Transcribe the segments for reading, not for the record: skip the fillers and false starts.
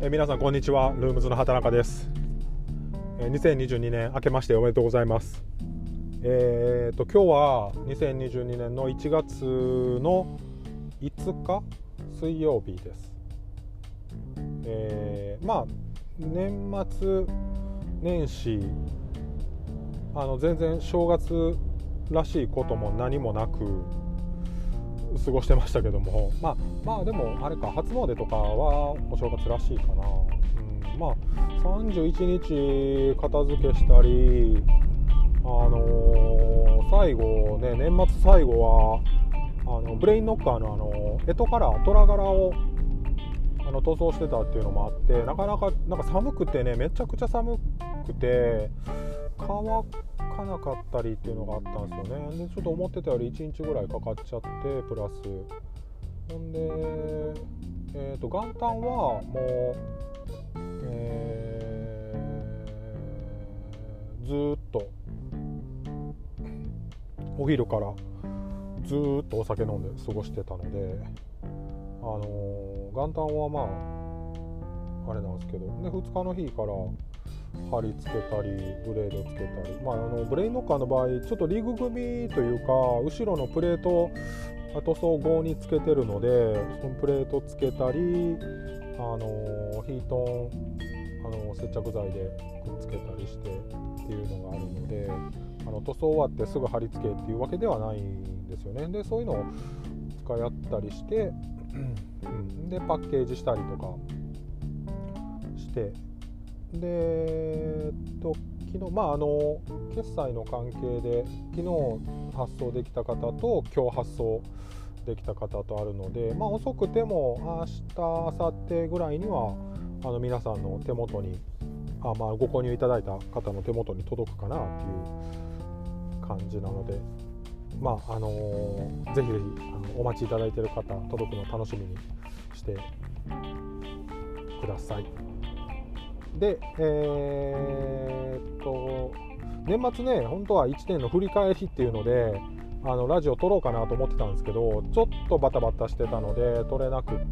皆さんこんにちは。ルームズの畑中です。2022年明けましておめでとうございます。今日は2022年の1月の5日水曜日です。年末年始全然正月らしいことも何もなく過ごしてましたけども、でもあれか、初詣とかはお正月らしいかな。31日片付けしたり、最後ね、年末最後はブレインノッカーの干支から虎柄を塗装してたっていうのもあって、なかなか寒くてね、めちゃくちゃ寒くて乾かなかったりっていうのがあったんですよね。でちょっと思ってたより1日ぐらいかかっちゃって、プラスほんで、元旦はもう、ずーっとお昼からずーっとお酒飲んで過ごしてたので、元旦はあれなんですけど、で2日の日から貼り付けたりブレードつけたり、ブレインノッカーの場合ちょっとリグ組というか、後ろのプレート塗装合につけてるので、そのプレートつけたり、ヒートン接着剤でくっつけたりしてっていうのがあるので、塗装終わってすぐ貼り付けっていうわけではないんですよね。でそういうのを使い合ったりしてでパッケージしたりとかして、で昨日決済の関係で昨日発送できた方と今日発送できた方とあるので、遅くても明日明後日ぐらいには皆さんの手元にご購入いただいた方の手元に届くかなっていう感じなので、ぜひぜひお待ちいただいている方、届くのを楽しみにしてください。で、年末ね、本当は1年の振り返りっていうのでラジオ撮ろうかなと思ってたんですけど、ちょっとバタバタしてたので撮れなくって、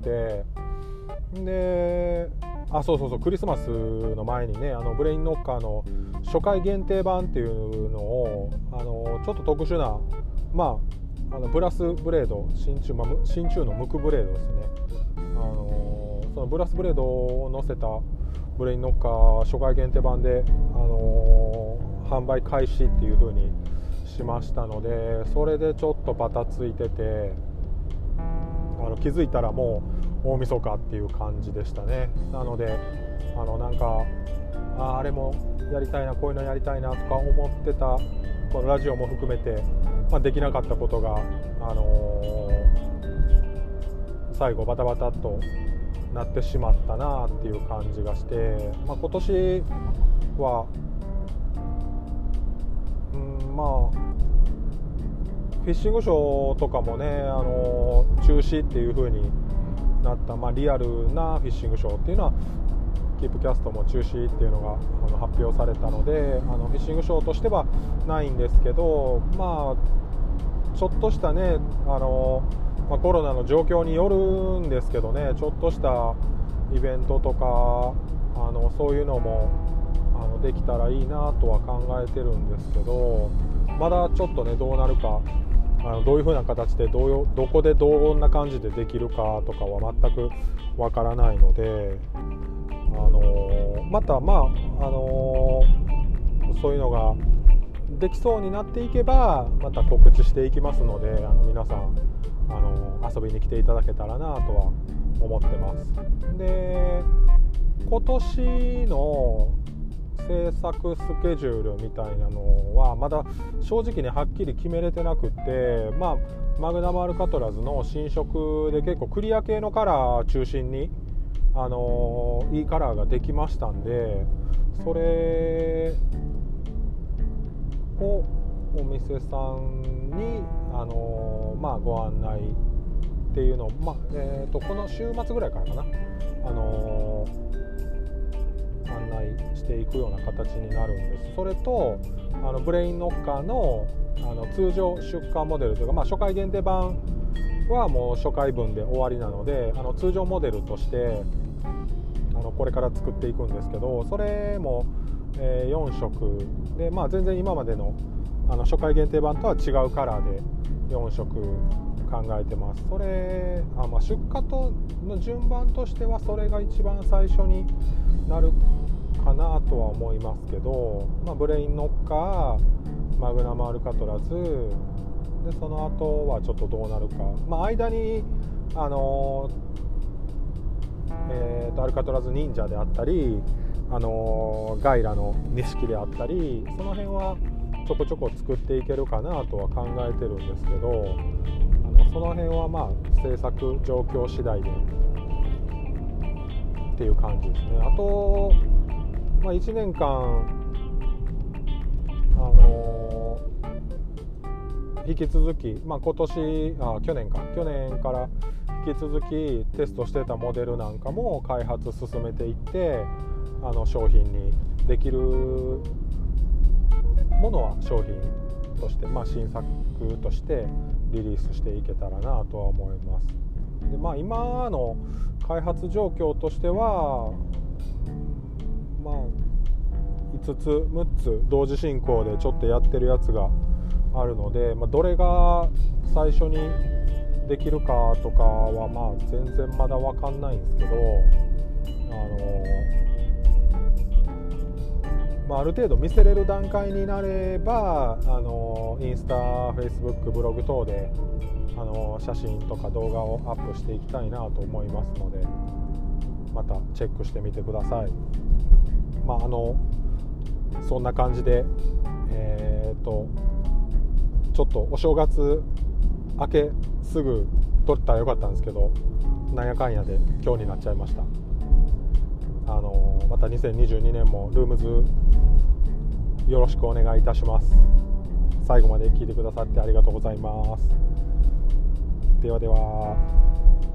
でクリスマスの前にね、ブレインノッカーの初回限定版っていうのをちょっと特殊なブラスブレード、真鍮の無垢ブレードですね。そのブラスブレードを載せたブレインノッカー初回限定版で、販売開始っていう風にしましたので、それでちょっとバタついてて、気づいたらもう大晦日っていう感じでしたね。なのであれもやりたいな、こういうのやりたいなとか思ってたこのラジオも含めて、できなかったことが、最後バタバタっとなってしまったなっていう感じがして、今年はフィッシングショーとかもね、中止っていう風になった、リアルなフィッシングショーっていうのはキープキャストも中止っていうのが発表されたので、フィッシングショーとしてはないんですけど、ちょっとしたね、コロナの状況によるんですけどね、ちょっとしたイベントとかそういうのもできたらいいなとは考えてるんですけど、まだちょっとね、どうなるか、どういう風な形でどこでどんな感じでできるかとかは全くわからないので、またそういうのができそうになっていけばまた告知していきますので、皆さん遊びに来ていただけたらなとは思ってます。で、今年の制作スケジュールみたいなのはまだ正直にはっきり決めれてなくって、マグナムアルカトラズの新色で結構クリア系のカラー中心にいいカラーができましたんで、それをお店さんにご案内っていうのを、この週末ぐらいからかな、案内していくような形になるんです。それとブレインノッカーの通常出荷モデルというか、初回限定版はもう初回分で終わりなので、通常モデルとしてこれから作っていくんですけど、それも、4色で、全然今までの初回限定版とは違うカラーで4色考えてます。それ出荷の順番としてはそれが一番最初になるかなとは思いますけど、ブレインノッカー、マグナムアルカトラズで、その後はちょっとどうなるか、間にアルカトラズ忍者であったり、ガイラの錦であったり、その辺はちょこちょこ作っていけるかなとは考えてるんですけど、その辺は制作状況次第でっていう感じですね。あと、1年間引き続き、去年から引き続きテストしてたモデルなんかも開発進めていって、商品にできるものは商品として、新作としてリリースしていけたらなとは思います。で、今の開発状況としては、5つ6つ同時進行でちょっとやってるやつがあるので、どれが最初にできるかとかは全然まだ分かんないんですけど、ある程度見せれる段階になればインスタ、フェイスブック、ブログ等で写真とか動画をアップしていきたいなと思いますので、またチェックしてみてください。そんな感じでちょっとお正月明けすぐ撮ったらよかったんですけど、なんやかんやで今日になっちゃいました。また2022年もルームズよろしくお願いいたします。最後まで聞いてくださってありがとうございます。ではでは。